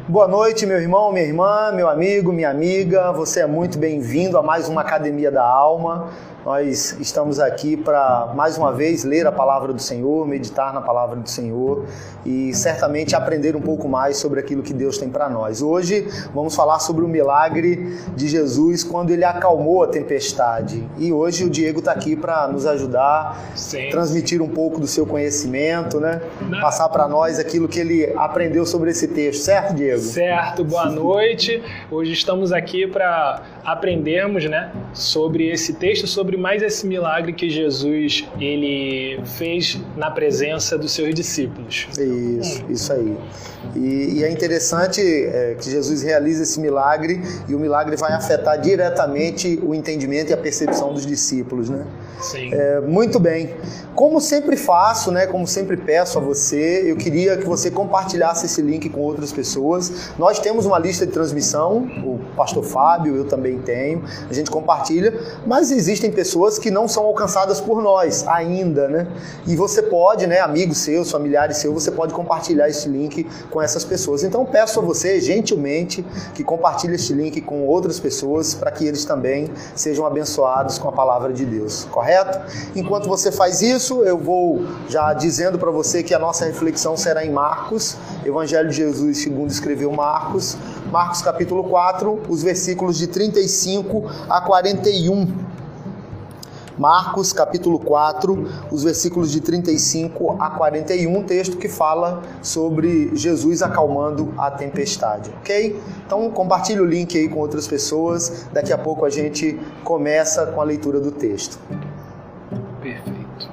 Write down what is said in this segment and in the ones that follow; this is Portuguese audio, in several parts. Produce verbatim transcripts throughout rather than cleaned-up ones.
Boa noite, meu irmão, minha irmã, meu amigo, minha amiga. Você é muito bem-vindo a mais uma Academia da Alma. Nós estamos aqui para, mais uma vez, ler a Palavra do Senhor, meditar na Palavra do Senhor e certamente aprender um pouco mais sobre aquilo que Deus tem para nós. Hoje vamos falar sobre o milagre de Jesus quando Ele acalmou a tempestade. E hoje o Diego está aqui para nos ajudar, Sim. transmitir um pouco do seu conhecimento, né? Não. Passar para nós aquilo que ele aprendeu sobre esse texto. Certo, Diego? Certo. Boa noite. Hoje estamos aqui para aprendermos, né, sobre esse texto, sobre mais esse milagre que Jesus ele fez na presença dos seus discípulos. Isso, hum. isso aí. E, e é interessante é, que Jesus realiza esse milagre e o milagre vai afetar diretamente o entendimento e a percepção dos discípulos, né? Sim. É, muito bem. Como sempre faço, né, como sempre peço a você, eu queria que você compartilhasse esse link com outras pessoas. Nós temos uma lista de transmissão, o pastor Fábio, eu também tenho, a gente compartilha, mas existem pessoas que não são alcançadas por nós ainda, né? E você pode, né, amigos seus, familiares seus, você pode compartilhar esse link com essas pessoas. Então peço a você, gentilmente, que compartilhe este link com outras pessoas para que eles também sejam abençoados com a palavra de Deus, correto? Enquanto você faz isso, eu vou já dizendo para você que a nossa reflexão será em Marcos, Evangelho de Jesus segundo escreveu Marcos, Marcos capítulo quatro, os versículos de trinta e cinco a quarenta e um. Marcos capítulo quatro, os versículos de trinta e cinco a quarenta e um, texto que fala sobre Jesus acalmando a tempestade, ok? Então compartilhe o link aí com outras pessoas, daqui a pouco a gente começa com a leitura do texto. Perfeito.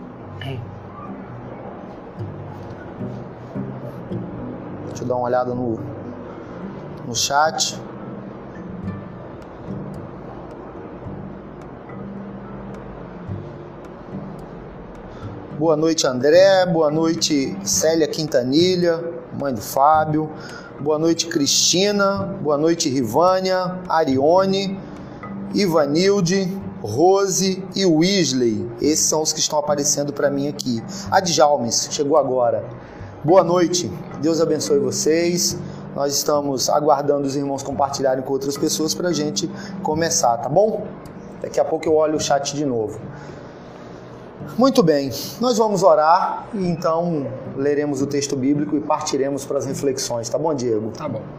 Deixa eu dar uma olhada no, no chat. Boa noite, André. Boa noite, Célia Quintanilha, mãe do Fábio. Boa noite, Cristina. Boa noite, Rivânia, Arione, Ivanilde, Rose e Weasley. Esses são os que estão aparecendo para mim aqui. A Djalmes chegou agora. Boa noite. Deus abençoe vocês. Nós estamos aguardando os irmãos compartilharem com outras pessoas para a gente começar, tá bom? Daqui a pouco eu olho o chat de novo. Muito bem, nós vamos orar e então leremos o texto bíblico e partiremos para as reflexões, tá bom, Diego? Tá bom.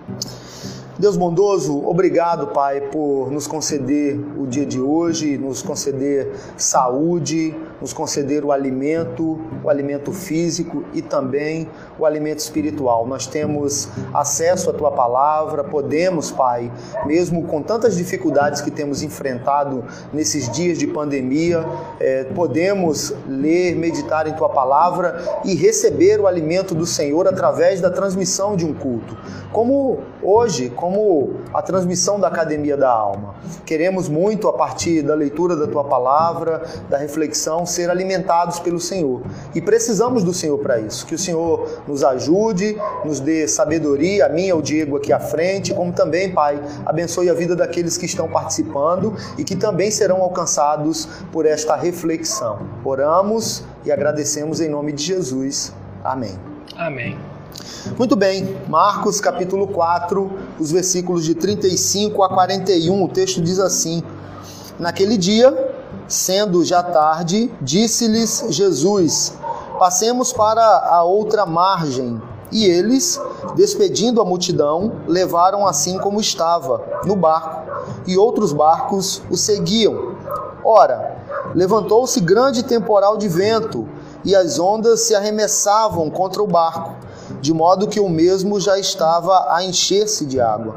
Deus bondoso, obrigado, Pai, por nos conceder o dia de hoje, nos conceder saúde, nos conceder o alimento, o alimento físico e também o alimento espiritual. Nós temos acesso à Tua Palavra, podemos, Pai, mesmo com tantas dificuldades que temos enfrentado nesses dias de pandemia, é, podemos ler, meditar em Tua Palavra e receber o alimento do Senhor através da transmissão de um culto. Como hoje, como a transmissão da Academia da Alma. Queremos muito, a partir da leitura da Tua Palavra, da reflexão, ser alimentados pelo Senhor. E precisamos do Senhor para isso. Que o Senhor nos ajude, nos dê sabedoria, a mim e ao Diego aqui à frente, como também, Pai, abençoe a vida daqueles que estão participando e que também serão alcançados por esta reflexão. Oramos e agradecemos em nome de Jesus. Amém. Amém. Muito bem, Marcos capítulo quatro, os versículos de trinta e cinco a quarenta e um, o texto diz assim: Naquele dia, sendo já tarde, disse-lhes Jesus: Passemos para a outra margem. E eles, despedindo a multidão, levaram assim como estava, no barco, e outros barcos o seguiam. Ora, levantou-se grande temporal de vento, e as ondas se arremessavam contra o barco, de modo que o mesmo já estava a encher-se de água.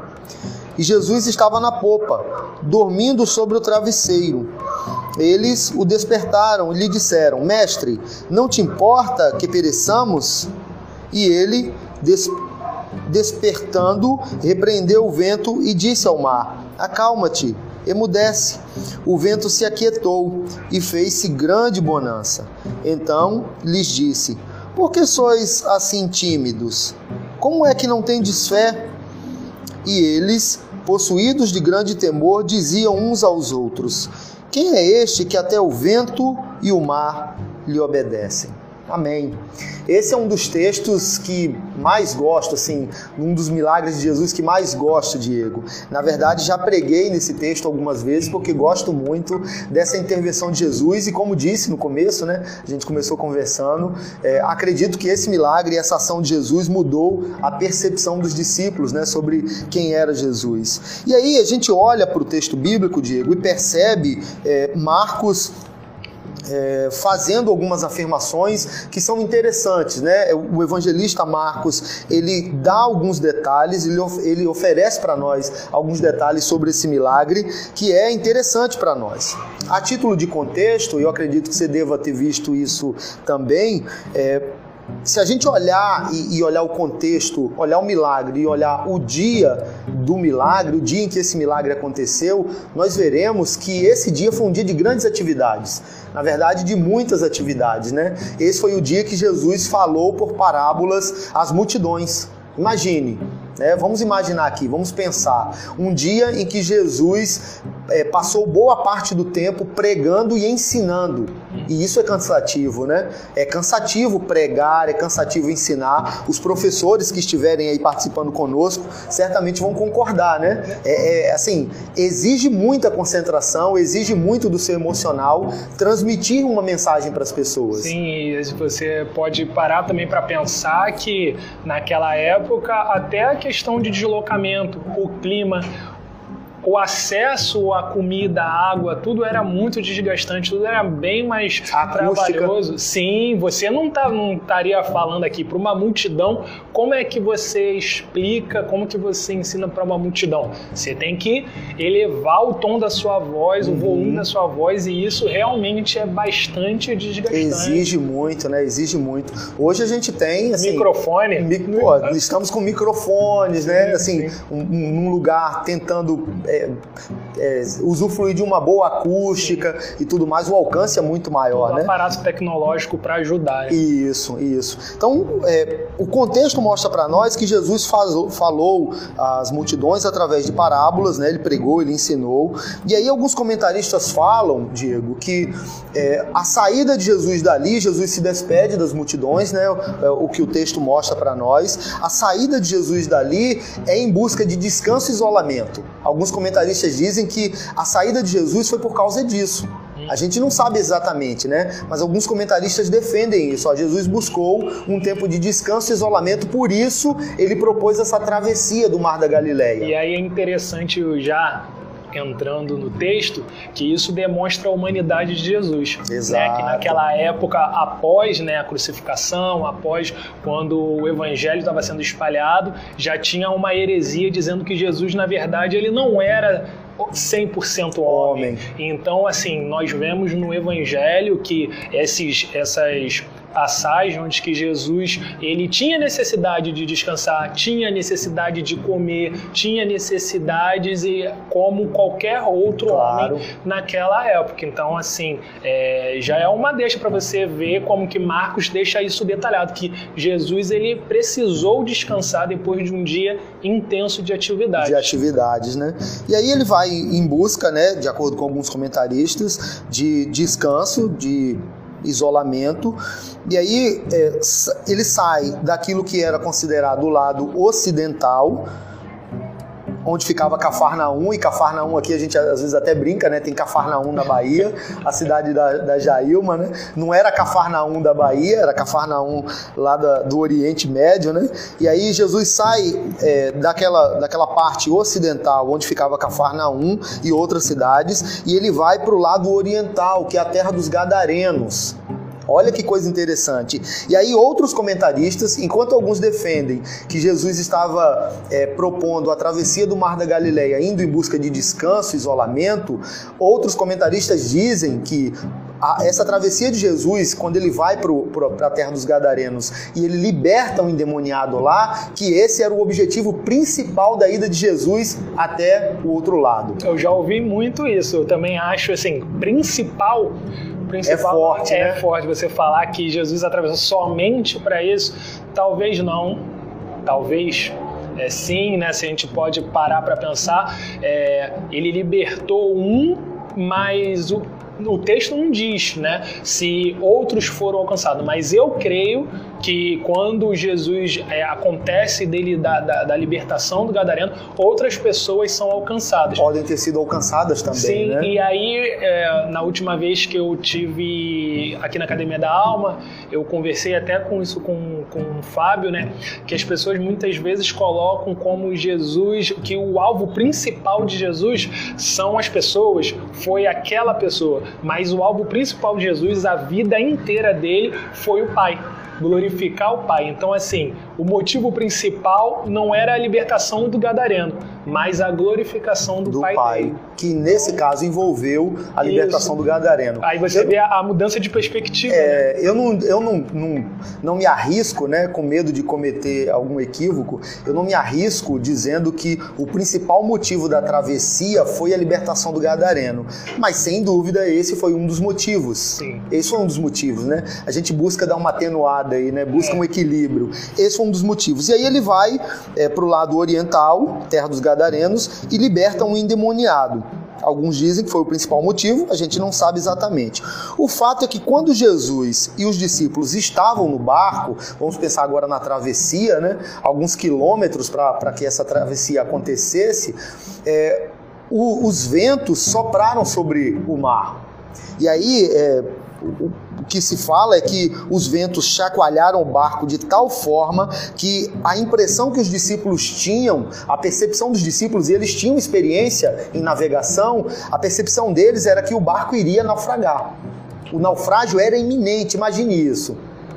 E Jesus estava na popa, dormindo sobre o travesseiro. Eles o despertaram e lhe disseram: Mestre, não te importa que pereçamos? E ele, des- despertando, repreendeu o vento e disse ao mar: Acalma-te, emudece. O vento se aquietou e fez-se grande bonança. Então lhes disse: Por que sois assim tímidos? Como é que não tendes fé? E eles, possuídos de grande temor, diziam uns aos outros: Quem é este que até o vento e o mar lhe obedecem? Amém. Esse é um dos textos que mais gosto, assim, um dos milagres de Jesus que mais gosto, Diego. Na verdade, já preguei nesse texto algumas vezes porque gosto muito dessa intervenção de Jesus e, como disse no começo, né, a gente começou conversando, é, acredito que esse milagre e essa ação de Jesus mudou a percepção dos discípulos, né, sobre quem era Jesus. E aí a gente olha para o texto bíblico, Diego, e percebe é, Marcos É, fazendo algumas afirmações que são interessantes, né? O evangelista Marcos, ele dá alguns detalhes, ele, of- ele oferece para nós alguns detalhes sobre esse milagre que é interessante para nós. A título de contexto, eu acredito que você deva ter visto isso também, é, se a gente olhar e, e olhar o contexto, olhar o milagre e olhar o dia do milagre, o dia em que esse milagre aconteceu, nós veremos que esse dia foi um dia de grandes atividades. Na verdade, de muitas atividades, né? Esse foi o dia que Jesus falou por parábolas às multidões. Imagine, né? Vamos imaginar aqui, vamos pensar. Um dia em que Jesus é, passou boa parte do tempo pregando e ensinando. E isso é cansativo, né? É cansativo pregar, é cansativo ensinar. Os professores que estiverem aí participando conosco certamente vão concordar, né? É, é, assim, exige muita concentração, exige muito do seu emocional transmitir uma mensagem para as pessoas. Sim, e você pode parar também para pensar que naquela época até a questão de deslocamento, o clima, o acesso à comida, à água, tudo era muito desgastante, tudo era bem mais Acústica. trabalhoso. Sim, você não, tá, não estaria falando aqui para uma multidão, como é que você explica, como que você ensina para uma multidão? Você tem que elevar o tom da sua voz, uhum. o volume da sua voz, e isso realmente é bastante desgastante. Exige muito, né? Exige muito. Hoje a gente tem, assim... Microfone. Mi... Pô, estamos com microfones, né? Assim, sim. Um, num lugar tentando... É, é, usufruir de uma boa acústica e tudo mais, o alcance é muito maior, um né? aparato tecnológico para ajudar. Né? Isso, isso. Então, é, o contexto mostra para nós que Jesus faz, falou às multidões através de parábolas, né? Ele pregou, ele ensinou. E aí alguns comentaristas falam, Diego, que é, a saída de Jesus dali, Jesus se despede das multidões, né? O, o que o texto mostra para nós. A saída de Jesus dali é em busca de descanso e isolamento. Alguns comentaristas dizem que a saída de Jesus foi por causa disso. A gente não sabe exatamente, né? Mas alguns comentaristas defendem isso. Ó, Jesus buscou um tempo de descanso e isolamento, por isso ele propôs essa travessia do Mar da Galileia. E aí é interessante já... entrando no texto, que isso demonstra a humanidade de Jesus. Exato. Né? Que naquela época, após, né, a crucificação, após quando o evangelho estava sendo espalhado, já tinha uma heresia dizendo que Jesus, na verdade, ele não era cem por cento homem. homem. Então, assim, nós vemos no evangelho que esses, essas passagens onde que Jesus ele tinha necessidade de descansar, tinha necessidade de comer, tinha necessidades e como qualquer outro claro. homem naquela época. Então, assim, é, já é uma deixa para você ver como que Marcos deixa isso detalhado, que Jesus ele precisou descansar depois de um dia intenso de atividades. De atividades, né? E aí ele vai em busca, né, de acordo com alguns comentaristas, de descanso, de isolamento, e aí é, ele sai daquilo que era considerado o lado ocidental, onde ficava Cafarnaum, e Cafarnaum aqui a gente às vezes até brinca, né? Tem Cafarnaum na Bahia, a cidade da, da Jailma, né? Não era Cafarnaum da Bahia, era Cafarnaum lá da, do Oriente Médio, né? E aí Jesus sai é, daquela, daquela parte ocidental, onde ficava Cafarnaum e outras cidades, e ele vai para o lado oriental, que é a terra dos Gadarenos. Olha que coisa interessante. E aí outros comentaristas, enquanto alguns defendem que Jesus estava é, propondo a travessia do Mar da Galileia, indo em busca de descanso, isolamento, outros comentaristas dizem que a, essa travessia de Jesus, quando ele vai para a terra dos Gadarenos e ele liberta o endemoniado lá, que esse era o objetivo principal da ida de Jesus até o outro lado. Eu já ouvi muito isso. Eu também acho, assim, principal... É forte, é né? forte você falar que Jesus atravessou somente para isso. Talvez não, talvez é, sim, né? Se a gente pode parar para pensar, é, ele libertou um, mas o, o texto não diz, né, se outros foram alcançados, mas eu creio que quando Jesus é, acontece dele da, da, da libertação do gadareno, outras pessoas são alcançadas. Podem ter sido alcançadas também, Sim, né? E aí, é, na última vez que eu tive aqui na Academia da Alma, eu conversei até com isso com, com o Fábio, né, que as pessoas muitas vezes colocam como Jesus, que o alvo principal de Jesus são as pessoas, foi aquela pessoa, mas o alvo principal de Jesus, a vida inteira dele, foi o Pai. Glorificar o Pai. Então, assim, o motivo principal não era a libertação do gadareno, mas a glorificação do, do Pai, pai dele. Que nesse caso envolveu a libertação Isso. do gadareno. Aí você eu, vê a, a mudança de perspectiva. É, né? Eu, não, eu não, não, não me arrisco, né, com medo de cometer algum equívoco, eu não me arrisco dizendo que o principal motivo da travessia foi a libertação do gadareno. Mas, sem dúvida, esse foi um dos motivos. Sim. Esse foi um dos motivos, né? A gente busca dar uma atenuada aí, né? Busca é. um equilíbrio. Esse foi um dos motivos. E aí ele vai é, para o lado oriental, terra dos gadarenos, e liberta um endemoniado. Alguns dizem que foi o principal motivo, a gente não sabe exatamente. O fato é que quando Jesus e os discípulos estavam no barco, vamos pensar agora na travessia, né? Alguns quilômetros para que essa travessia acontecesse, é, o, os ventos sopraram sobre o mar. E aí, é, o, o que se fala é que os ventos chacoalharam o barco de tal forma que a impressão que os discípulos tinham, a percepção dos discípulos, e eles tinham experiência em navegação, a percepção deles era que o barco iria naufragar. O naufrágio era iminente, imagine isso.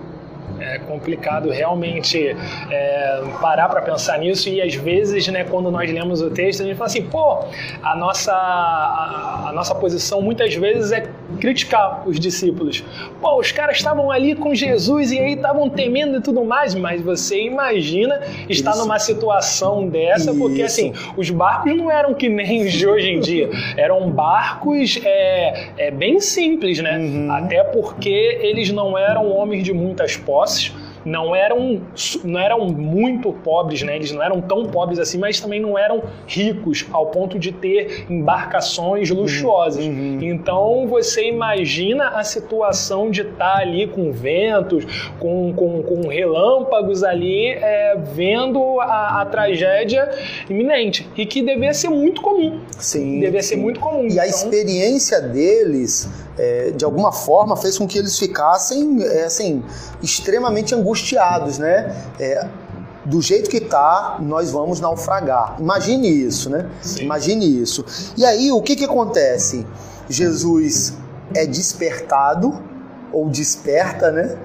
É complicado realmente é, parar para pensar nisso, e às vezes, né, quando nós lemos o texto, a gente fala assim, pô, a nossa, a, a nossa posição muitas vezes é criticar os discípulos. Pô, os caras estavam ali com Jesus e aí estavam temendo e tudo mais, mas você imagina estar Isso. numa situação dessa, Isso. porque assim, os barcos não eram que nem os de hoje em dia, eram barcos é, é, bem simples, né? Uhum. Até porque eles não eram homens de muitas posses, não eram, não eram muito pobres, né? Eles não eram tão pobres assim, mas também não eram ricos ao ponto de ter embarcações luxuosas. Uhum. Então você imagina a situação de estar ali com ventos, com, com, com relâmpagos ali, é, vendo a, a tragédia iminente, e que devia ser muito comum. Sim, devia sim. ser muito comum. E então... a experiência deles, é, de alguma forma, fez com que eles ficassem é, assim, extremamente angustiados, né? É, do jeito que tá, nós vamos naufragar. Imagine isso, né? Sim. Imagine isso. E aí, o que que acontece? Jesus é despertado, ou desperta, né?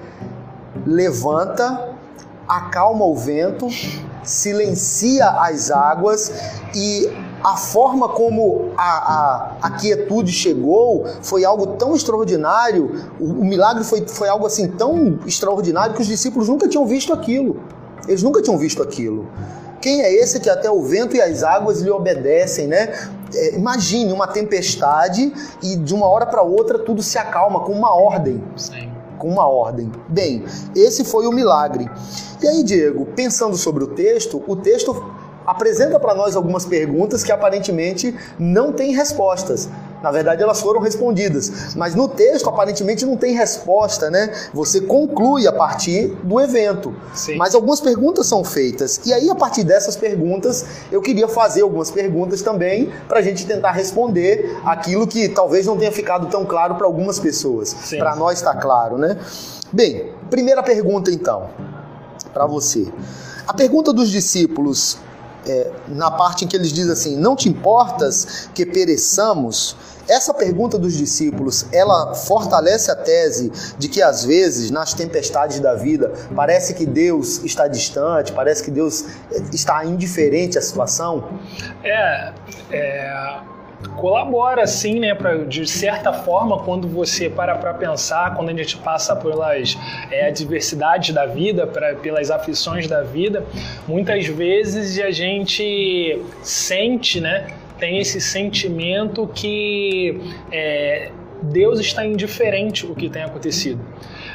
Levanta, acalma o vento, silencia as águas, e a forma como a, a, a quietude chegou foi algo tão extraordinário, o, o milagre foi, foi algo assim tão extraordinário que os discípulos nunca tinham visto aquilo. Eles nunca tinham visto aquilo. Quem é esse que até o vento e as águas lhe obedecem, né? É, imagine uma tempestade e de uma hora para outra tudo se acalma com uma ordem. Sim. Com uma ordem. Bem, esse foi o milagre. E aí, Diego, pensando sobre o texto, o texto apresenta para nós algumas perguntas que aparentemente não têm respostas. Na verdade, elas foram respondidas, mas no texto aparentemente não tem resposta, né? Você conclui a partir do evento. Sim. Mas algumas perguntas são feitas. E aí, a partir dessas perguntas, eu queria fazer algumas perguntas também para a gente tentar responder aquilo que talvez não tenha ficado tão claro para algumas pessoas. Para nós está claro, né? Bem, primeira pergunta então, para você. A pergunta dos discípulos, é, na parte em que eles dizem assim, não te importas que pereçamos? Essa pergunta dos discípulos, ela fortalece a tese de que às vezes, nas tempestades da vida, parece que Deus está distante, parece que Deus está indiferente à situação? É, é... colabora, sim, né, pra, de certa forma, quando você para para pensar, quando a gente passa pelas é, adversidades da vida, pra, pelas aflições da vida, muitas vezes a gente sente, né, tem esse sentimento que é, Deus está indiferente ao que tem acontecido.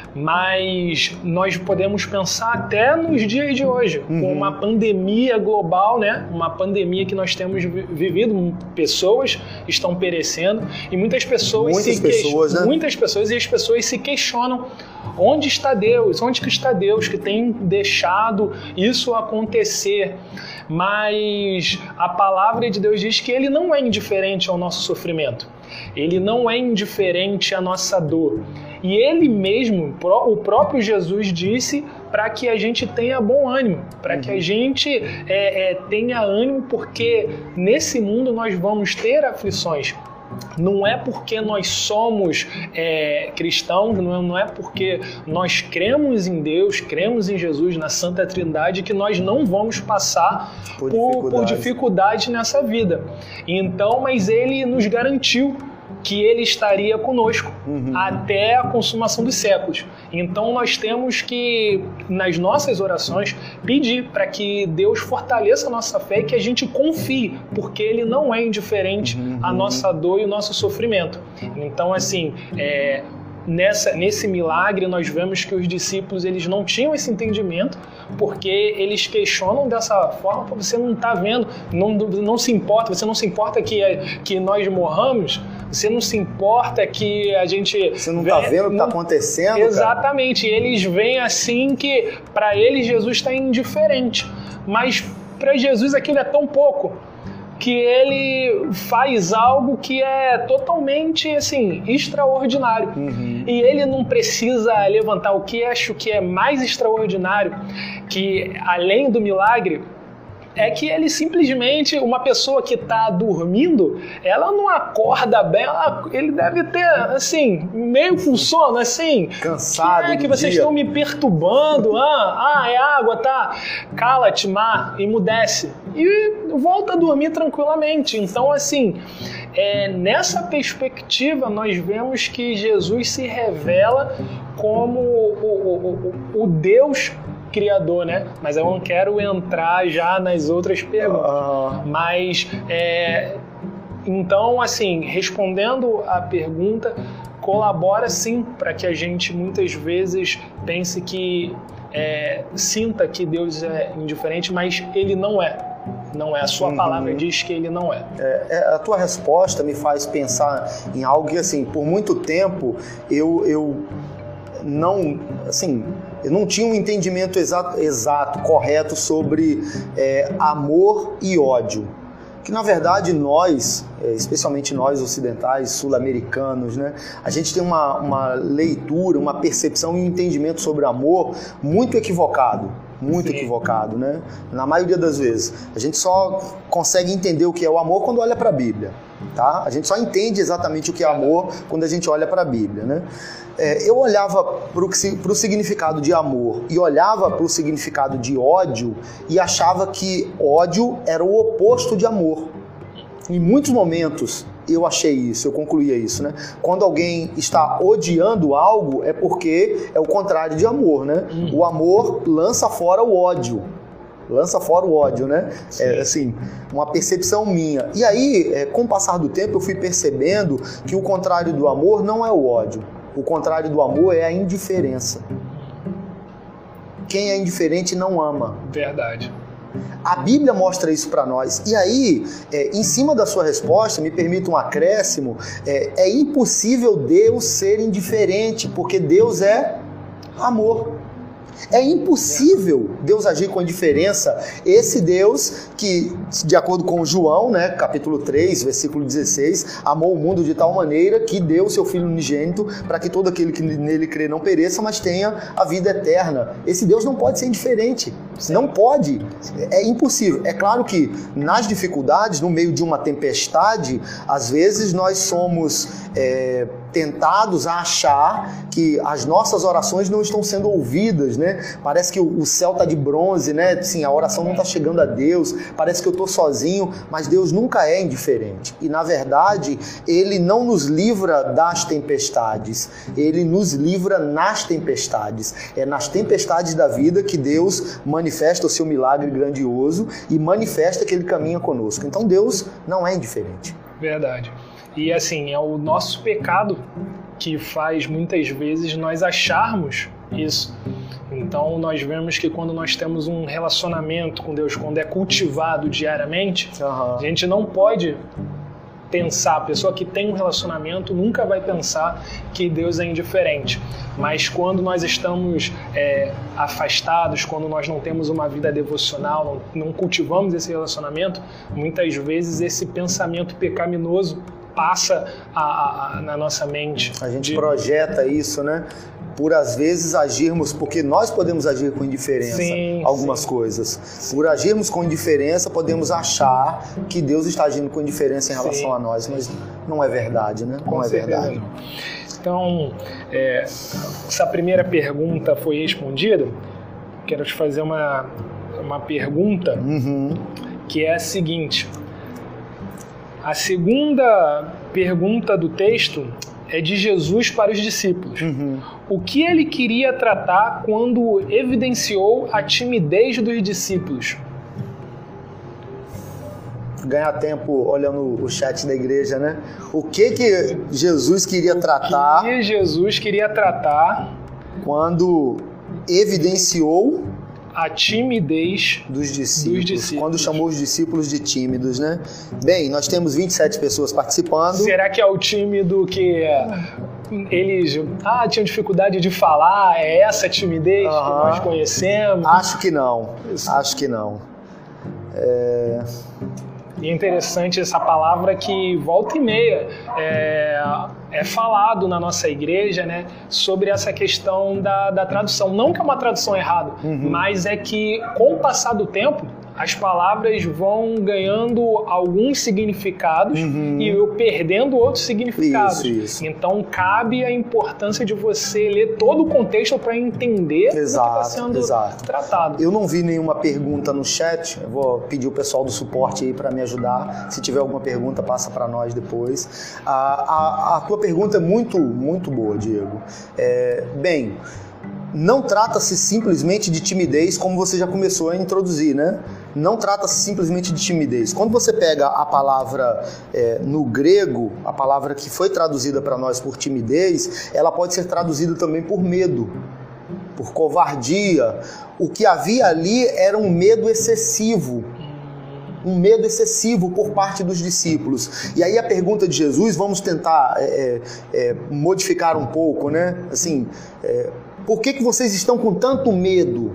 Mas nós podemos pensar até nos dias de hoje, uhum. com uma pandemia global, né? Uma pandemia que nós temos vivido, pessoas estão perecendo e muitas pessoas muitas se pessoas, que... né? muitas pessoas e as pessoas se questionam onde está Deus, onde que está Deus que tem deixado isso acontecer. Mas a palavra de Deus diz que Ele não é indiferente ao nosso sofrimento. Ele não é indiferente à nossa dor. E Ele mesmo, o próprio Jesus disse para que a gente tenha bom ânimo, para uhum. que a gente é, é, tenha ânimo, porque nesse mundo nós vamos ter aflições. Não é porque nós somos é, cristãos, não é, não é porque nós cremos em Deus, cremos em Jesus, na Santa Trindade, que nós não vamos passar por, por, dificuldade. por dificuldade nessa vida. Então, mas Ele nos garantiu que Ele estaria conosco uhum. até a consumação dos séculos. Então nós temos que, nas nossas orações, pedir para que Deus fortaleça a nossa fé e que a gente confie, porque Ele não é indiferente uhum. à nossa dor e o nosso sofrimento. Então, assim, é, nessa, nesse milagre nós vemos que os discípulos eles não tinham esse entendimento, porque eles questionam dessa forma: você não está vendo, não, não se importa, você não se importa que, que nós morramos, você não se importa que a gente... Você não está vendo o que está acontecendo, Exatamente, cara? Eles veem assim que para eles Jesus está indiferente, mas para Jesus aquilo é tão pouco, que Ele faz algo que é totalmente, assim, extraordinário. Uhum. E Ele não precisa levantar. O que acho que é mais extraordinário, que além do milagre, é que Ele simplesmente, uma pessoa que está dormindo, ela não acorda bem, ela, ele deve ter, assim, meio com sono, assim. Cansado que é que vocês dia. estão me perturbando? Ah, ah, é água, tá? Cala-te, mar, emudece. E volta a dormir tranquilamente. Então, assim, é, nessa perspectiva, nós vemos que Jesus se revela como o, o, o, o Deus Criador, né? Mas eu não quero entrar já nas outras perguntas. Uh... Mas, é, então, assim, respondendo à pergunta, colabora sim para que a gente muitas vezes pense que, é, sinta que Deus é indiferente, mas Ele não é. Não é. A sua uhum. palavra diz que Ele não é. É, é. A tua resposta me faz pensar em algo que, assim, por muito tempo eu, eu não, assim... Eu não tinha um entendimento exato, exato correto sobre é, amor e ódio. Que, na verdade, nós, especialmente nós ocidentais, sul-americanos, né, a gente tem uma, uma leitura, uma percepção e um entendimento sobre amor muito equivocado. Muito Sim. equivocado, né? Na maioria das vezes. A gente só consegue entender o que é o amor quando olha para a Bíblia. Tá? A gente só entende exatamente o que é amor quando a gente olha para a Bíblia, né? É, eu olhava para o significado de amor e olhava para o significado de ódio e achava que ódio era o oposto de amor. Em muitos momentos eu achei isso, eu concluía isso, né? Quando alguém está odiando algo é porque é o contrário de amor, né? Hum. O amor lança fora o ódio. Lança fora o ódio, né? É, assim, uma percepção minha. E aí, é, com o passar do tempo, eu fui percebendo que o contrário do amor não é o ódio. O contrário do amor é a indiferença. Quem é indiferente não ama. Verdade. A Bíblia mostra isso para nós. E aí, é, em cima da sua resposta, me permita um acréscimo, é, é impossível Deus ser indiferente, porque Deus é amor. É impossível Deus agir com indiferença. Esse Deus que, de acordo com João, né, capítulo três, versículo dezesseis, amou o mundo de tal maneira que deu o seu Filho unigênito para que todo aquele que nele crê não pereça, mas tenha a vida eterna. Esse Deus não pode ser indiferente. Não pode. É impossível. É claro que nas dificuldades, no meio de uma tempestade, às vezes nós somos é, tentados a achar que as nossas orações não estão sendo ouvidas, né? Parece que o céu está de bronze, né? Assim, a oração não está chegando a Deus, parece que eu estou sozinho, mas Deus nunca é indiferente. E, na verdade, Ele não nos livra das tempestades, Ele nos livra nas tempestades. É nas tempestades da vida que Deus manifesta o seu milagre grandioso e manifesta que Ele caminha conosco. Então, Deus não é indiferente. Verdade. E, assim, é o nosso pecado que faz muitas vezes nós acharmos isso. Então nós vemos que quando nós temos um relacionamento com Deus, quando é cultivado diariamente, uhum. a gente não pode pensar, a pessoa que tem um relacionamento nunca vai pensar que Deus é indiferente. Mas quando nós estamos é, afastados, quando nós não temos uma vida devocional, não, não cultivamos esse relacionamento, muitas vezes esse pensamento pecaminoso passa a, a, a, na nossa mente. A gente de... projeta isso, né? Por às vezes agirmos, porque nós podemos agir com indiferença sim, algumas sim. coisas. Sim. Por agirmos com indiferença, podemos achar que Deus está agindo com indiferença em relação sim. a nós, mas não é verdade, né? Não com é verdade. Não. Então, é, essa primeira pergunta foi respondida. Quero te fazer uma, uma pergunta uhum. que é a seguinte. A segunda pergunta do texto é de Jesus para os discípulos. Uhum. O que ele queria tratar quando evidenciou a timidez dos discípulos? Ganhar tempo olhando o chat da igreja, né? O que que Jesus queria tratar? O que Jesus queria tratar quando evidenciou a timidez dos discípulos, dos discípulos, quando chamou os discípulos de tímidos, né? Bem, nós temos vinte e sete pessoas participando. Será que é o tímido que eles ah, tinham dificuldade de falar? É essa timidez uhum. que nós conhecemos? Acho que não, Isso. acho que não. É... E é interessante essa palavra que volta e meia é, é falado na nossa igreja, né, sobre essa questão da, da tradução. Não que é uma tradução errada, uhum. mas é que com o passar do tempo, as palavras vão ganhando alguns significados uhum. e eu perdendo outros significados. Isso, isso. Então cabe a importância de você ler todo o contexto para entender exato, o que está sendo exato. tratado. Eu não vi nenhuma pergunta no chat, eu vou pedir o pessoal do suporte aí para me ajudar. Se tiver alguma pergunta, passa para nós depois. A, a, a tua pergunta é muito, muito boa, Diego. É, bem, não trata-se simplesmente de timidez, como você já começou a introduzir, né? Não trata-se simplesmente de timidez. Quando você pega a palavra é, no grego, a palavra que foi traduzida para nós por timidez, ela pode ser traduzida também por medo, por covardia. O que havia ali era um medo excessivo. Um medo excessivo por parte dos discípulos. E aí a pergunta de Jesus, vamos tentar é, é, modificar um pouco, né? Assim, é, por que que vocês estão com tanto medo?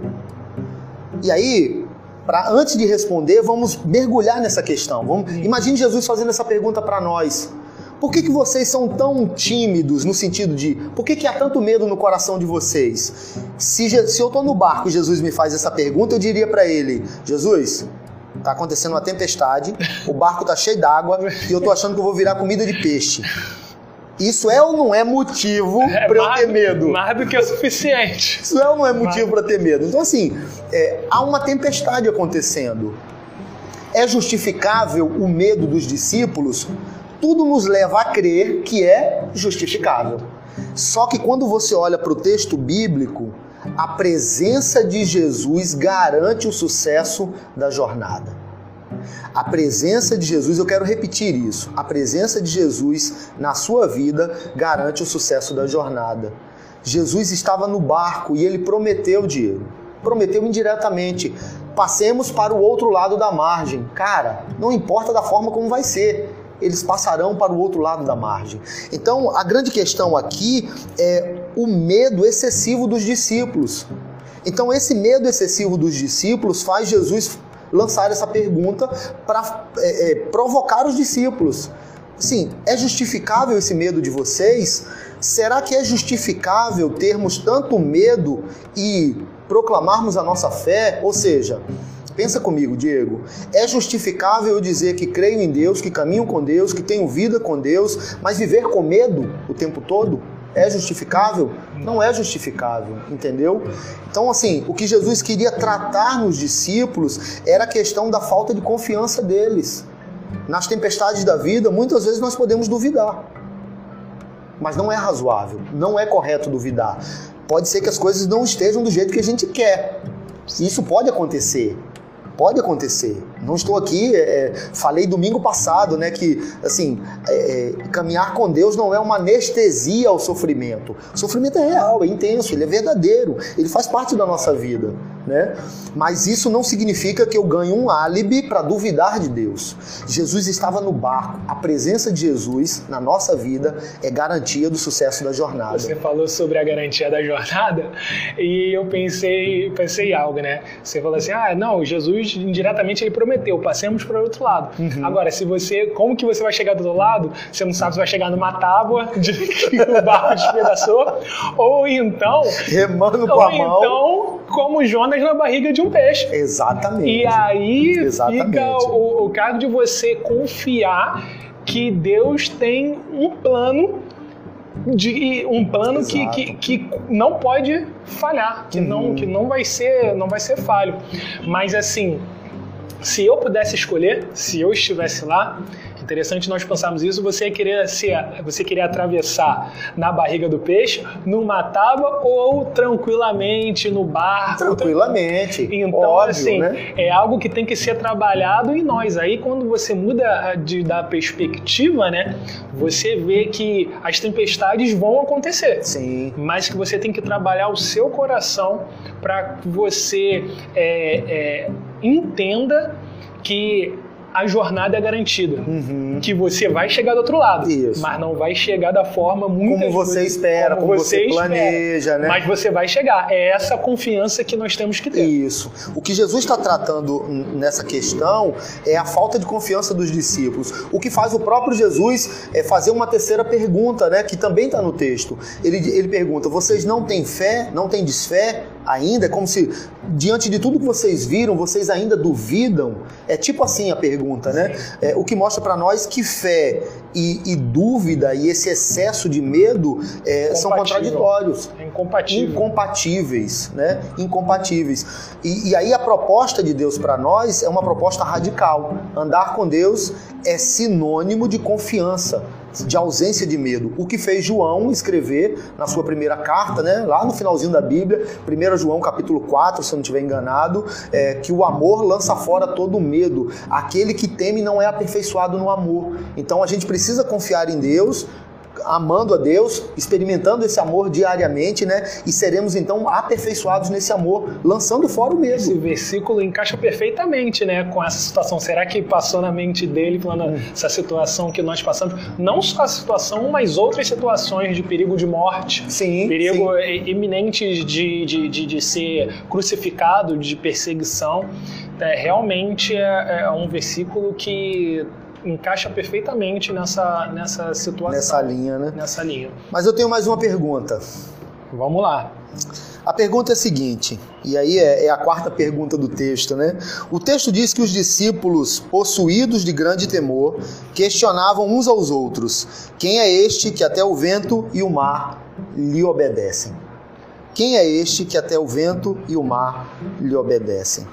E aí, pra, antes de responder, vamos mergulhar nessa questão. Vamos, imagine Jesus fazendo essa pergunta para nós. Por que que vocês são tão tímidos, no sentido de, por que que há tanto medo no coração de vocês? Se, se eu estou no barco e Jesus me faz essa pergunta, eu diria para ele, Jesus, tá acontecendo uma tempestade, o barco tá cheio d'água e eu tô achando que eu vou virar comida de peixe. Isso é ou não é motivo é, para eu ter medo? Mais do que o suficiente. Isso é ou não é motivo para ter medo? Então, assim, é, há uma tempestade acontecendo. É justificável o medo dos discípulos? Tudo nos leva a crer que é justificável. Só que quando você olha para o texto bíblico, a presença de Jesus garante o sucesso da jornada. A presença de Jesus, eu quero repetir isso, a presença de Jesus na sua vida garante o sucesso da jornada. Jesus estava no barco e ele prometeu, Diego, prometeu indiretamente, passemos para o outro lado da margem. Cara, não importa da forma como vai ser, eles passarão para o outro lado da margem. Então, a grande questão aqui é o medo excessivo dos discípulos. Então, esse medo excessivo dos discípulos faz Jesus lançar essa pergunta para é, é, provocar os discípulos. Sim, é justificável esse medo de vocês? Será que é justificável termos tanto medo e proclamarmos a nossa fé? Ou seja, pensa comigo, Diego, é justificável eu dizer que creio em Deus, que caminho com Deus, que tenho vida com Deus, mas viver com medo o tempo todo? É justificável? Não é justificável, entendeu? Então, assim, o que Jesus queria tratar nos discípulos era a questão da falta de confiança deles. Nas tempestades da vida, muitas vezes nós podemos duvidar. Mas não é razoável, não é correto duvidar. Pode ser que as coisas não estejam do jeito que a gente quer. Isso pode acontecer. Pode acontecer. Não estou aqui, é, falei domingo passado, né, que assim, é, caminhar com Deus não é uma anestesia ao sofrimento. O sofrimento é real, é intenso, ele é verdadeiro, ele faz parte da nossa vida, né? Mas isso não significa que eu ganhe um álibi para duvidar de Deus. Jesus estava no barco. A presença de Jesus na nossa vida é garantia do sucesso da jornada. Você falou sobre a garantia da jornada e eu pensei, pensei algo, né? Você falou assim, ah, não, Jesus indiretamente ele prometeu, passemos para o outro lado. Uhum. Agora, se você, como que você vai chegar do outro lado? Você não sabe se vai chegar numa tábua de que o barco despedaçou, ou então... remando com ou a mão. então, como Jonas na barriga de um peixe. Exatamente. E aí Exatamente. fica o, o caso de você confiar que Deus tem um plano, de, um plano que, que, que não pode falhar, que, uhum. não, que não, vai ser, não vai ser falho. Mas assim, se eu pudesse escolher, se eu estivesse lá, interessante nós pensarmos isso, você queria, se, você queria atravessar na barriga do peixe, numa tábua ou tranquilamente no barco? Tranquilamente, então, óbvio, assim, né? É algo que tem que ser trabalhado em nós. Aí quando você muda de, da perspectiva, né, você vê que as tempestades vão acontecer. Sim. Mas que você tem que trabalhar o seu coração para que você é, é, entenda que a jornada é garantida, uhum. que você vai chegar do outro lado, Isso. mas não vai chegar da forma muito como você vezes, espera, como, como você, você planeja, espera, né? Mas você vai chegar. É essa confiança que nós temos que ter. Isso. O que Jesus está tratando nessa questão é a falta de confiança dos discípulos. O que faz o próprio Jesus é fazer uma terceira pergunta, né? Que também está no texto. Ele, ele pergunta: vocês não têm fé, não têm desfé ainda? É como se diante de tudo que vocês viram, vocês ainda duvidam? É tipo assim a pergunta. Né? É, o que mostra para nós que fé e, e dúvida e esse excesso de medo é, são contraditórios. É incompatível. Incompatíveis. Né? Incompatíveis. E, e aí a proposta de Deus para nós é uma proposta radical. Andar com Deus é sinônimo de confiança, de ausência de medo. O que fez João escrever na sua primeira carta, né, lá no finalzinho da Bíblia, primeiro João capítulo quatro, se eu não estiver enganado, é, que o amor lança fora todo o medo. Aquele que teme não é aperfeiçoado no amor. Então a gente precisa confiar em Deus, amando a Deus, experimentando esse amor diariamente, né? E seremos então aperfeiçoados nesse amor, lançando fora o medo. Esse versículo encaixa perfeitamente, né, com essa situação. Será que passou na mente dele, falando hum. essa situação que nós passamos? Não só a situação, mas outras situações de perigo de morte, sim, perigo sim. iminente de, de, de, de ser crucificado, de perseguição. É, realmente é, é um versículo que encaixa perfeitamente nessa, nessa situação. Nessa linha, né? Nessa linha. Mas eu tenho mais uma pergunta. Vamos lá. A pergunta é a seguinte, e aí é, é a quarta pergunta do texto, né? O texto diz que os discípulos, possuídos de grande temor, questionavam uns aos outros: quem é este que até o vento e o mar lhe obedecem? Quem é este que até o vento e o mar lhe obedecem?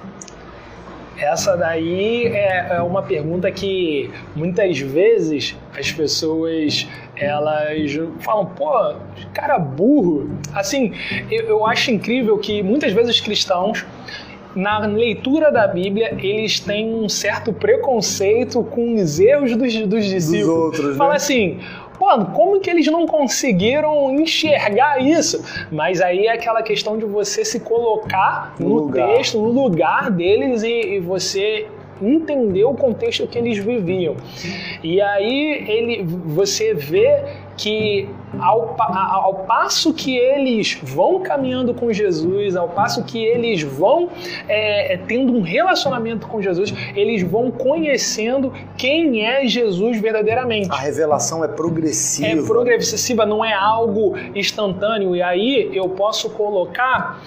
Essa daí é uma pergunta que muitas vezes as pessoas elas falam, pô, cara burro. Assim, eu, eu acho incrível que muitas vezes os cristãos, na leitura da Bíblia, eles têm um certo preconceito com os erros dos, dos discípulos. Dos outros, Fala né? assim, pô, como que eles não conseguiram enxergar isso? Mas aí é aquela questão de você se colocar no, no lugar. texto, no lugar deles e, e você entender o contexto que eles viviam. E aí ele, você vê que ao, ao passo que eles vão caminhando com Jesus, ao passo que eles vão é, tendo um relacionamento com Jesus, eles vão conhecendo quem é Jesus verdadeiramente. A revelação é progressiva. É progressiva, não é algo instantâneo. E aí eu posso colocar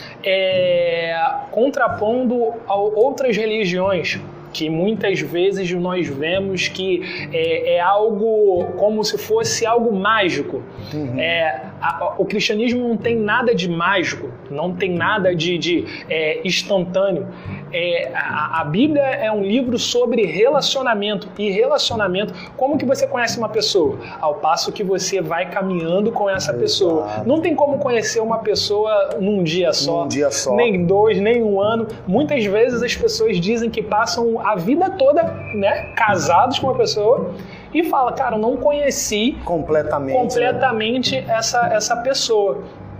é, contrapondo a outras religiões, que muitas vezes nós vemos que é, é algo como se fosse algo mágico. Uhum. É, a, o cristianismo não tem nada de mágico, não tem nada de, de é, instantâneo. é, a, a Bíblia é um livro sobre relacionamento. E relacionamento, como que você conhece uma pessoa? Ao passo que você vai caminhando com essa Exato. pessoa. Não tem como conhecer uma pessoa num dia só, num dia só, nem dois, nem um ano. Muitas vezes as pessoas dizem que passam a vida toda, né, casados com uma pessoa e fala, cara, eu não conheci completamente, completamente né? essa, essa pessoa.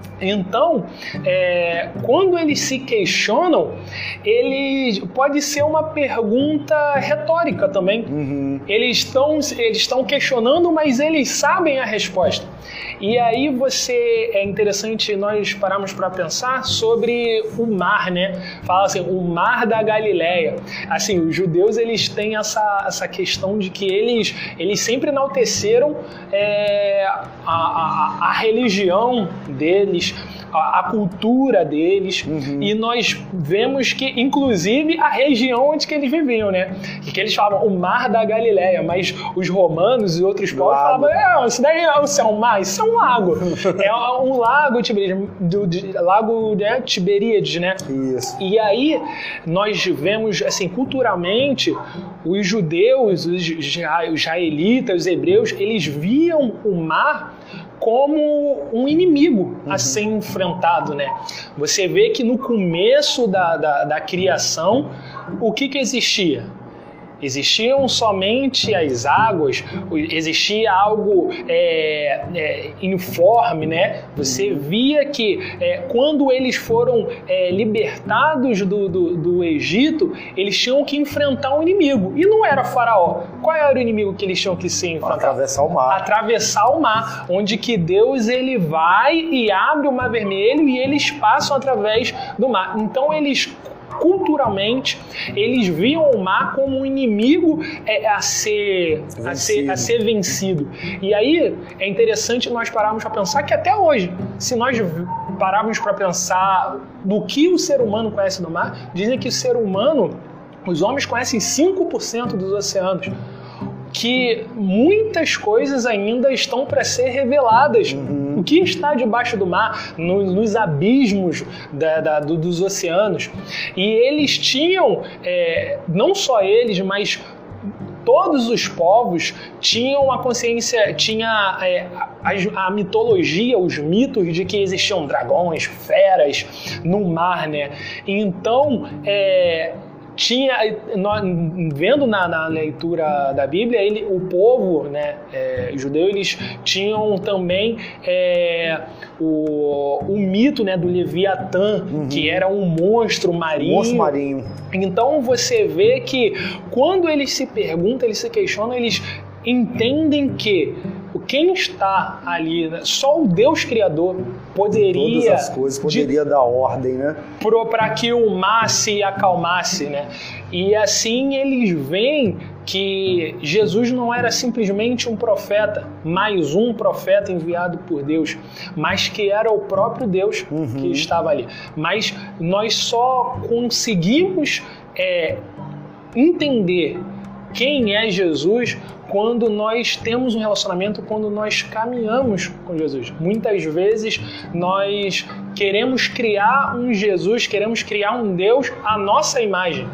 Então, é, quando eles se questionam, ele pode ser uma pergunta retórica também. Uhum. Eles estão eles estão questionando, mas eles sabem a resposta. E aí você é interessante nós pararmos para pensar sobre o mar, né? Fala assim, o mar da Galileia. Assim, os judeus eles têm essa, essa questão de que eles, eles sempre enalteceram é, a, a, a religião deles, a, a cultura deles, uhum. e nós vemos que, inclusive, a região onde que eles viviam, né? Que eles falavam o mar da Galileia, mas os romanos e outros povos falavam, é, isso daí isso é um mar, isso é um lago. É um lago, Tiberíades, do, de, lago né, Tiberíades, né? Isso. E aí nós vemos, assim, culturalmente, os judeus, os israelitas, os hebreus, eles viam o mar como um inimigo a uhum. ser enfrentado, né? Você vê que no começo da, da, da criação, o que que existia? Existiam somente as águas, existia algo é, é, informe, né? Você via que é, quando eles foram é, libertados do, do, do Egito, eles tinham que enfrentar um inimigo. E não era Faraó. Qual era o inimigo que eles tinham que se enfrentar? Atravessar o mar. Atravessar o mar, onde que Deus ele vai e abre o mar vermelho e eles passam através do mar. Então eles culturalmente, eles viam o mar como um inimigo é, a, ser, a, ser, a ser vencido. E aí é interessante nós pararmos para pensar que até hoje, se nós pararmos para pensar no que o ser humano conhece do mar, dizem que o ser humano, os homens conhecem cinco por cento dos oceanos, que muitas coisas ainda estão para ser reveladas. Uhum. O que está debaixo do mar, no, nos abismos da, da, do, dos oceanos. E eles tinham, é, não só eles, mas todos os povos tinham a consciência, tinha é, a, a mitologia, os mitos de que existiam dragões, feras no mar, né? Então, é, tinha, nós, vendo na, na leitura da Bíblia, ele, o povo, né, é, judeu, eles tinham também é, o, o mito, né, do Leviatã, uhum. que era um monstro marinho. Monstro marinho. Então você vê que quando eles se perguntam, eles se questionam, eles entendem que quem está ali, né, só o Deus Criador poderia... Todas as coisas, poderia de, dar ordem, né? Para que o mar se acalmasse, né? E assim eles veem que Jesus não era simplesmente um profeta, mais um profeta enviado por Deus, mas que era o próprio Deus uhum. que estava ali. Mas nós só conseguimos é, entender quem é Jesus quando nós temos um relacionamento, quando nós caminhamos com Jesus. Muitas vezes nós queremos criar um Jesus, queremos criar um Deus à nossa imagem.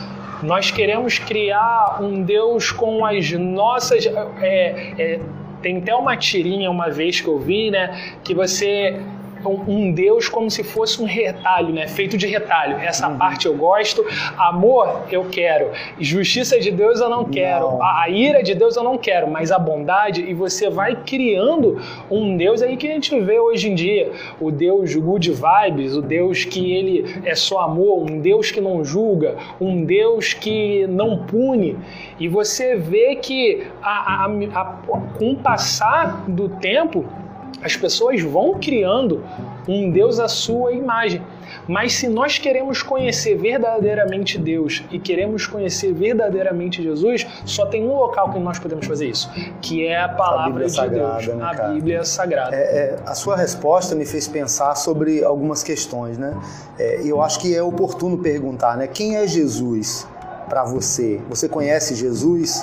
Nós queremos criar um Deus com as nossas... É, é, tem até uma tirinha uma vez que eu vi, né, que você... um Deus como se fosse um retalho, né? Feito de retalho. Essa uhum. parte eu gosto, amor eu quero, justiça de Deus eu não quero, não. A, a ira de Deus eu não quero, mas a bondade, e você vai criando um Deus aí que a gente vê hoje em dia, o Deus good vibes, o Deus que ele é só amor, um Deus que não julga, um Deus que não pune, e você vê que a, a, a, com o passar do tempo, as pessoas vão criando um Deus à sua imagem. Mas se nós queremos conhecer verdadeiramente Deus e queremos conhecer verdadeiramente Jesus, só tem um local que nós podemos fazer isso, que é a palavra a de sagrada, Deus, né, a cara? Bíblia Sagrada. É, é, a sua resposta me fez pensar sobre algumas questões, né? É, eu acho que é oportuno perguntar, né? Quem é Jesus para você? Você conhece Jesus?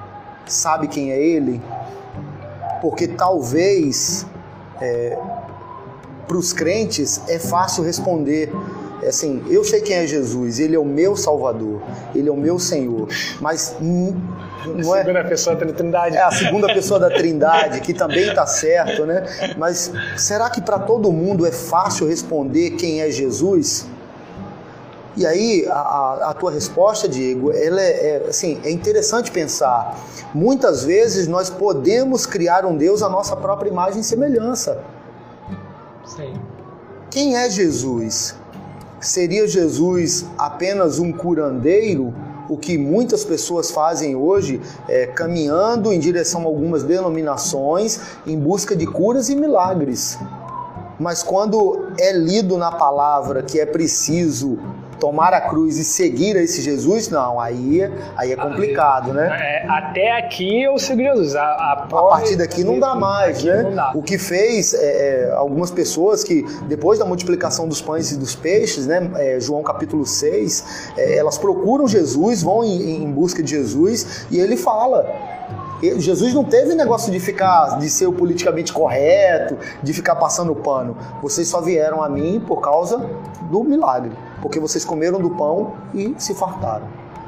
Sabe quem é Ele? Porque talvez... É, para os crentes é fácil responder assim, eu sei quem é Jesus, ele é o meu Salvador, ele é o meu Senhor, mas não é... A segunda pessoa da Trindade. É a segunda pessoa da Trindade, que também está certo, né? Mas será que para todo mundo é fácil responder quem é Jesus? E aí, a, a tua resposta, Diego, ela é, é, assim, é interessante pensar. Muitas vezes nós podemos criar um Deus à nossa própria imagem e semelhança. Sim. Quem é Jesus? Seria Jesus apenas um curandeiro? O que muitas pessoas fazem hoje é caminhando em direção a algumas denominações em busca de curas e milagres. Mas quando é lido na palavra que é preciso tomar a cruz e seguir a esse Jesus, não, aí, aí é complicado, né? É, até aqui eu sigo Jesus. A, a, a partir daqui não dá mais, né? Não dá. O que fez é, é, algumas pessoas que, depois da multiplicação dos pães e dos peixes, né, é, João capítulo seis, é, elas procuram Jesus, vão em, em busca de Jesus, e ele fala... Jesus não teve negócio de ficar, de ser o politicamente correto, de ficar passando pano. Vocês só vieram a mim por causa do milagre, porque vocês comeram do pão e se fartaram.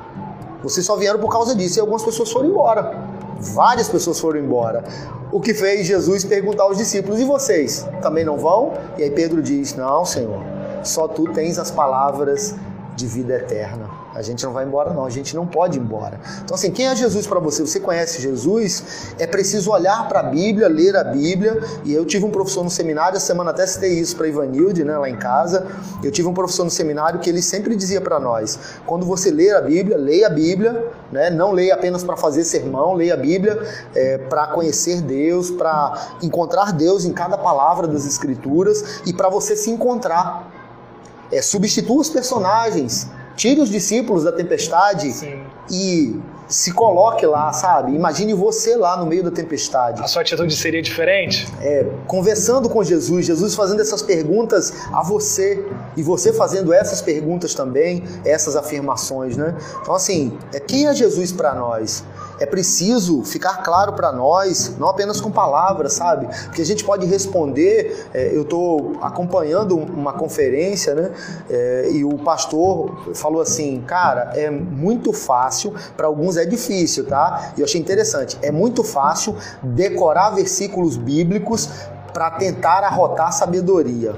Vocês só vieram por causa disso e algumas pessoas foram embora. Várias pessoas foram embora. O que fez Jesus perguntar aos discípulos, e vocês também não vão? E aí Pedro diz, não, Senhor, só tu tens as palavras de vida eterna. A gente não vai embora não, a gente não pode ir embora. Então assim, quem é Jesus para você? Você conhece Jesus? É preciso olhar para a Bíblia, ler a Bíblia. E eu tive um professor no seminário, essa semana até citei isso para Ivanilde, né, lá em casa. Eu tive um professor no seminário que ele sempre dizia para nós, quando você ler a Bíblia, leia a Bíblia, né, não leia apenas para fazer sermão, leia a Bíblia é, para conhecer Deus, para encontrar Deus em cada palavra das Escrituras e para você se encontrar. É, substitua os personagens, tire os discípulos da tempestade. Sim. E se coloque lá, sabe? Imagine você lá no meio da tempestade. A sua atitude seria diferente? É, conversando com Jesus, Jesus fazendo essas perguntas a você e você fazendo essas perguntas também, essas afirmações, né? Então assim, é, quem é Jesus para nós? É preciso ficar claro para nós, não apenas com palavras, sabe? Porque a gente pode responder, é, eu estou acompanhando uma conferência, né? É, e o pastor falou assim, cara, é muito fácil, para alguns é difícil, tá? E eu achei interessante, é muito fácil decorar versículos bíblicos para tentar arrotar sabedoria.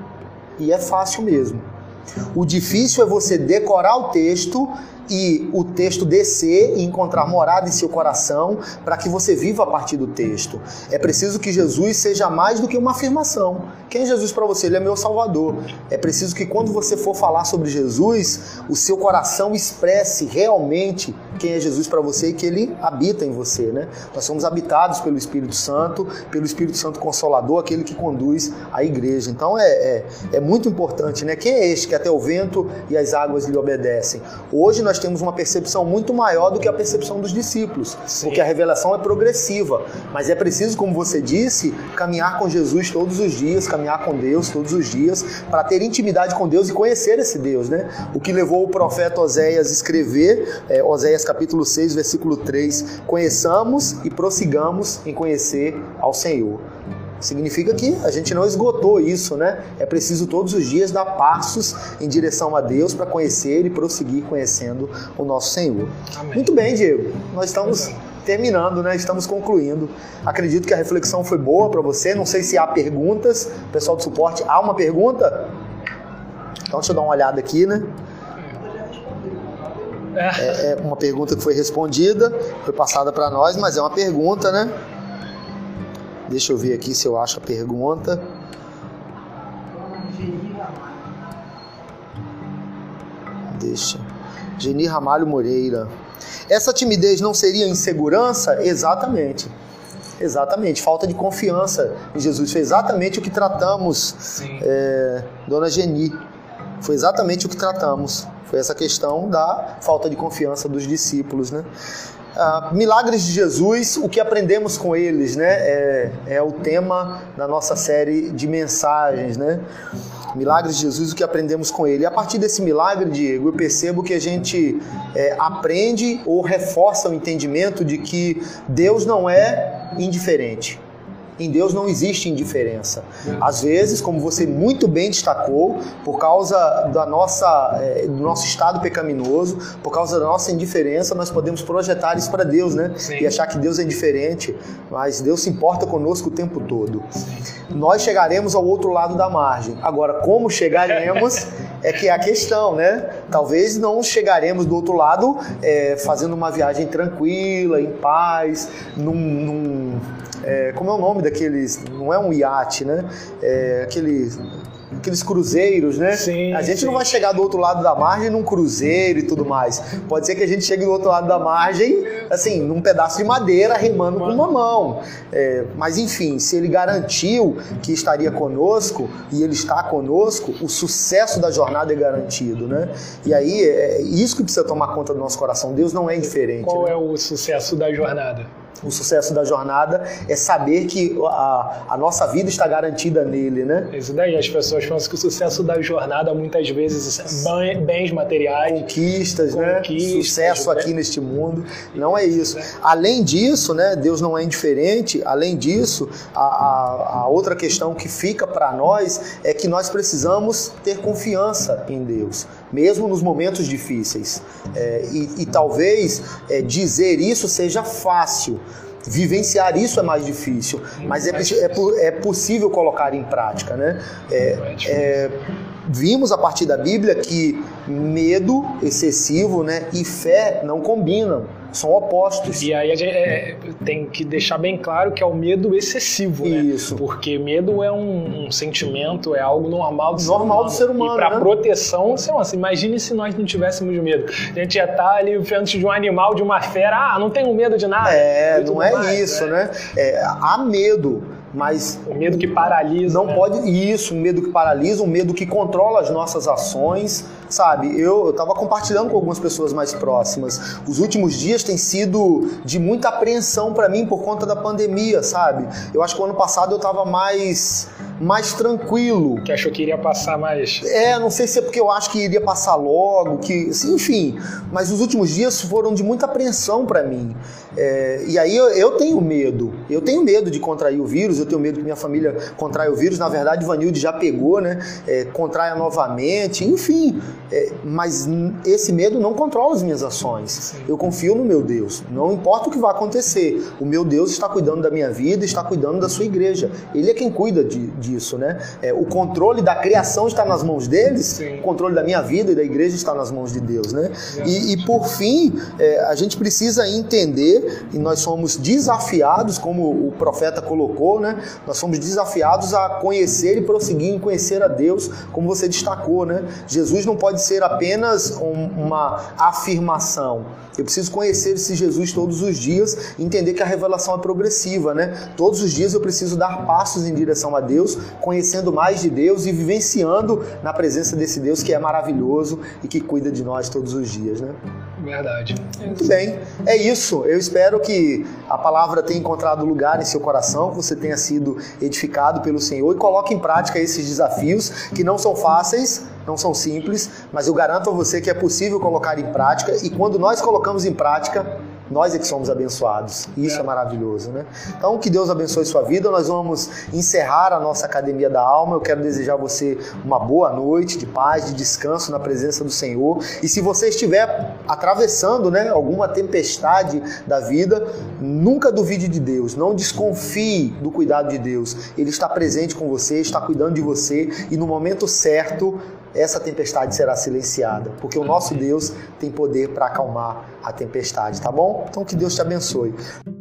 E é fácil mesmo. O difícil é você decorar o texto e o texto descer e encontrar morada em seu coração para que você viva a partir do texto. É preciso que Jesus seja mais do que uma afirmação. Quem é Jesus para você? Ele é meu Salvador. É preciso que quando você for falar sobre Jesus, o seu coração expresse realmente quem é Jesus para você e que ele habita em você, né? Nós somos habitados pelo Espírito Santo, pelo Espírito Santo Consolador, aquele que conduz a igreja. Então é, é, é muito importante, né? Quem é este que até o vento e as águas lhe obedecem? Hoje nós temos uma percepção muito maior do que a percepção dos discípulos, Sim. porque a revelação é progressiva, mas é preciso, como você disse, caminhar com Jesus todos os dias, caminhar com Deus todos os dias, para ter intimidade com Deus e conhecer esse Deus, né? O que levou o profeta Oséias a escrever, é, Oséias capítulo seis, versículo três, conheçamos e prossigamos em conhecer ao Senhor. Significa que a gente não esgotou isso, né? É preciso todos os dias dar passos em direção a Deus para conhecer e prosseguir conhecendo o nosso Senhor. Amém. Muito bem, Diego. Nós estamos Amém. terminando, né? Estamos concluindo. Acredito que a reflexão foi boa para você. Não sei se há perguntas. Pessoal do suporte, há uma pergunta? Então deixa eu dar uma olhada aqui, né? É, é uma pergunta que foi respondida, foi passada para nós, mas é uma pergunta, né? Deixa eu ver aqui se eu acho a pergunta. Deixa. Geni Ramalho Moreira. Essa timidez não seria insegurança? Exatamente. Exatamente. Falta de confiança em Jesus. Foi exatamente o que tratamos, é, Dona Geni. Foi exatamente o que tratamos. Foi essa questão da falta de confiança dos discípulos, né? Uh, milagres de Jesus, o que aprendemos com eles, né? É, é o tema da nossa série de mensagens, né? Milagres de Jesus, o que aprendemos com ele. E a partir desse milagre, Diego, eu percebo que a gente é, aprende ou reforça o entendimento de que Deus não é indiferente. Em Deus não existe indiferença. Às vezes, como você muito bem destacou, por causa da nossa, é, do nosso estado pecaminoso, por causa da nossa indiferença, nós podemos projetar isso para Deus, né? Sim. E achar que Deus é indiferente, mas Deus se importa conosco o tempo todo. Sim. Nós chegaremos ao outro lado da margem. Agora, como chegaremos é que é a questão, né? Talvez não chegaremos do outro lado é, fazendo uma viagem tranquila, em paz, num... num é, como é o nome daqueles... Não é um iate, né? É aqueles... aqueles cruzeiros, né? Sim, a gente sim. não vai chegar do outro lado da margem num cruzeiro e tudo mais. Pode ser que a gente chegue do outro lado da margem, assim, num pedaço de madeira, remando com uma mão. É, mas, enfim, se ele garantiu que estaria conosco, e ele está conosco, o sucesso da jornada é garantido, né? E aí, é isso que precisa tomar conta do nosso coração. Deus não é indiferente. Qual né? é o sucesso da jornada? O sucesso da jornada é saber que a, a nossa vida está garantida nele, né? Isso daí, as pessoas pensam que o sucesso da jornada muitas vezes é bens materiais, conquistas, conquistas né? Sucesso né? aqui neste mundo. Não é isso. Além disso, né? Deus não é indiferente. Além disso, a, a, a outra questão que fica para nós é que nós precisamos ter confiança em Deus, mesmo nos momentos difíceis. É, e, e talvez é, dizer isso seja fácil. Vivenciar isso é mais difícil, mas é, é, é possível colocar em prática, né? É, é, vimos a partir da Bíblia que medo excessivo, né, e fé não combinam, são opostos. E aí a gente é, tem que deixar bem claro que é o medo excessivo, né? Isso. Porque medo é um, um sentimento, é algo normal do normal ser humano. Do ser humano, e para né? proteção, sei lá, imagine se nós não tivéssemos medo. A gente ia estar ali diante de um animal, de uma fera, ah, não tenho medo de nada. É, não é mais, isso, né? né? É, há medo. Mas o medo que paralisa. Não né? pode. Isso, um medo que paralisa, um medo que controla as nossas ações. Sabe, eu estava compartilhando com algumas pessoas mais próximas. Os últimos dias têm sido de muita apreensão para mim por conta da pandemia, sabe? Eu acho que o ano passado eu estava mais, mais tranquilo. Que achou que iria passar mais. É, não sei se é porque eu acho que iria passar logo, que, enfim. Mas os últimos dias foram de muita apreensão para mim. É, e aí eu, eu tenho medo. Eu tenho medo de contrair o vírus, eu tenho medo que minha família contraia o vírus. Na verdade, o Vanilde já pegou, né? É, contraia novamente, enfim. É, mas esse medo não controla as minhas ações. Sim. Eu confio no meu Deus. Não importa o que vai acontecer. O meu Deus está cuidando da minha vida, está cuidando da sua igreja. Ele é quem cuida de, disso, né? É, o controle da criação está nas mãos deles. Sim. O controle da minha vida e da igreja está nas mãos de Deus, né? E, e por fim, é, a gente precisa entender que nós somos desafiados, como o profeta colocou, né? Nós somos desafiados a conhecer e prosseguir em conhecer a Deus, como você destacou, né? Jesus não pode ser apenas um, uma afirmação. Eu preciso conhecer esse Jesus todos os dias e entender que a revelação é progressiva, né? Todos os dias eu preciso dar passos em direção a Deus, conhecendo mais de Deus e vivenciando na presença desse Deus que é maravilhoso e que cuida de nós todos os dias, né? Verdade. Muito bem, é isso. Eu espero que a palavra tenha encontrado lugar em seu coração, que você tenha sido edificado pelo Senhor e coloque em prática esses desafios que não são fáceis, não são simples, mas eu garanto a você que é possível colocar em prática e quando nós colocamos em prática, nós é que somos abençoados. E isso é. é maravilhoso, né? Então, que Deus abençoe sua vida. Nós vamos encerrar a nossa Academia da Alma. Eu quero desejar a você uma boa noite de paz, de descanso na presença do Senhor. E se você estiver atravessando, né, alguma tempestade da vida, nunca duvide de Deus. Não desconfie do cuidado de Deus. Ele está presente com você, está cuidando de você e no momento certo, essa tempestade será silenciada, porque o nosso Deus tem poder para acalmar a tempestade, tá bom? Então que Deus te abençoe.